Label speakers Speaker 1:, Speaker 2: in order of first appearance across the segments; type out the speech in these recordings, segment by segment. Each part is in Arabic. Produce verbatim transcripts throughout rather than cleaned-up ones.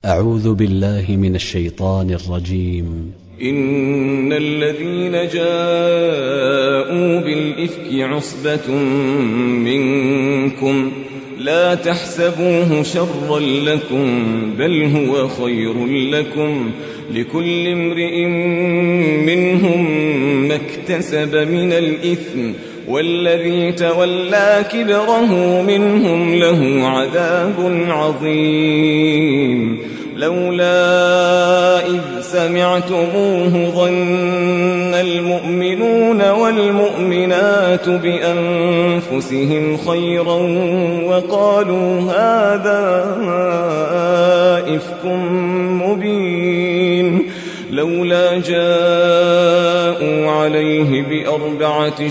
Speaker 1: أعوذ بالله من الشيطان الرجيم.
Speaker 2: إن الذين جاءوا بالإفك عصبة منكم لا تحسبوه شرا لكم بل هو خير لكم لكل امرئ منهم ما اكتسب من الإثم والذي تولى كبره منهم له عذاب عظيم. لولا إذ سمعتموه ظن المؤمنون والمؤمنات بأنفسهم خيرا وقالوا هذا إفك مبين. لولا جاءوا عليه بأربعة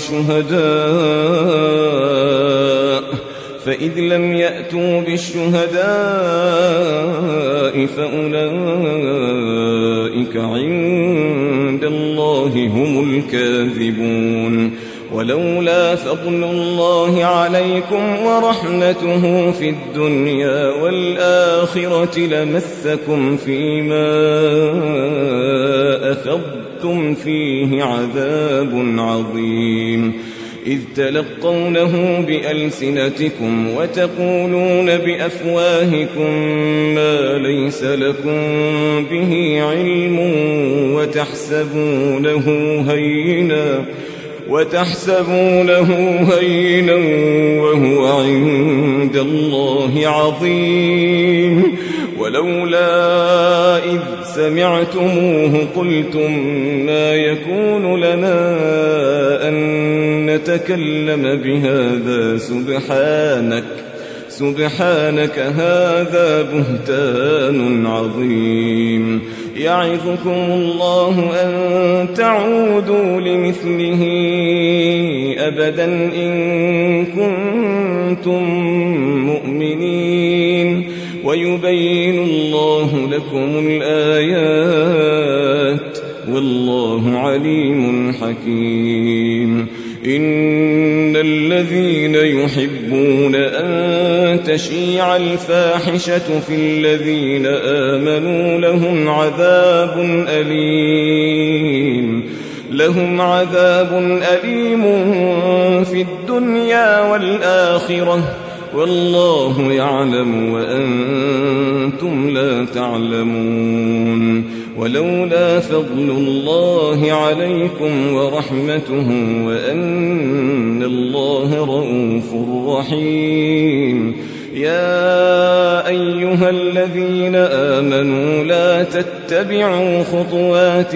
Speaker 2: شهداء فإذ لم يأتوا بالشهداء فأولئك عند الله هم الكاذبون. ولولا فضل الله عليكم ورحمته في الدنيا والآخرة لمسكم فيما أفضتم فيه عذاب عظيم. إذ تلقونه بألسنتكم وتقولون بأفواهكم ما ليس لكم به علم وتحسبونه هينا وتحسبونه هينا وهو عند الله عظيم. ولولا إذ سمعتموه قلتم ما يكون لنا أن نتكلم بهذا سبحانك سبحانك هذا بهتان عظيم. يعظكم الله أن تعودوا لمثله أبدا إن كنتم مؤمنين ويبين الله لكم الآيات والله عليم حكيم. إن الذين يحبون أن تشيع الفاحشة في الذين آمنوا لهم عذاب أليم لهم عذاب أليم في الدنيا والآخرة والله يعلم وأنتم لا تعلمون. ولولا فضل الله عليكم ورحمته وأن الله رؤوف رحيم. يا أيها الذين آمنوا لا تتبعوا خطوات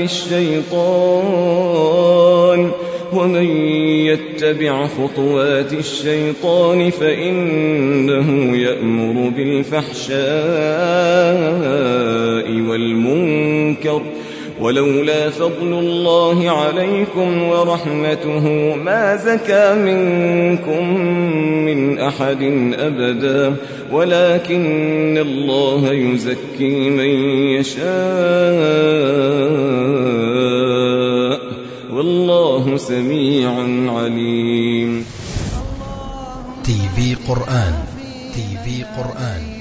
Speaker 2: الشيطان ومن يتبع خطوات الشيطان فإنه يأمر بالفحشاء والمنكر. ولولا فضل الله عليكم ورحمته ما زكى منكم من أحد أبدا ولكن الله يزكي من يشاء والله سميع عليم.
Speaker 3: تي في قرآن تي في قرآن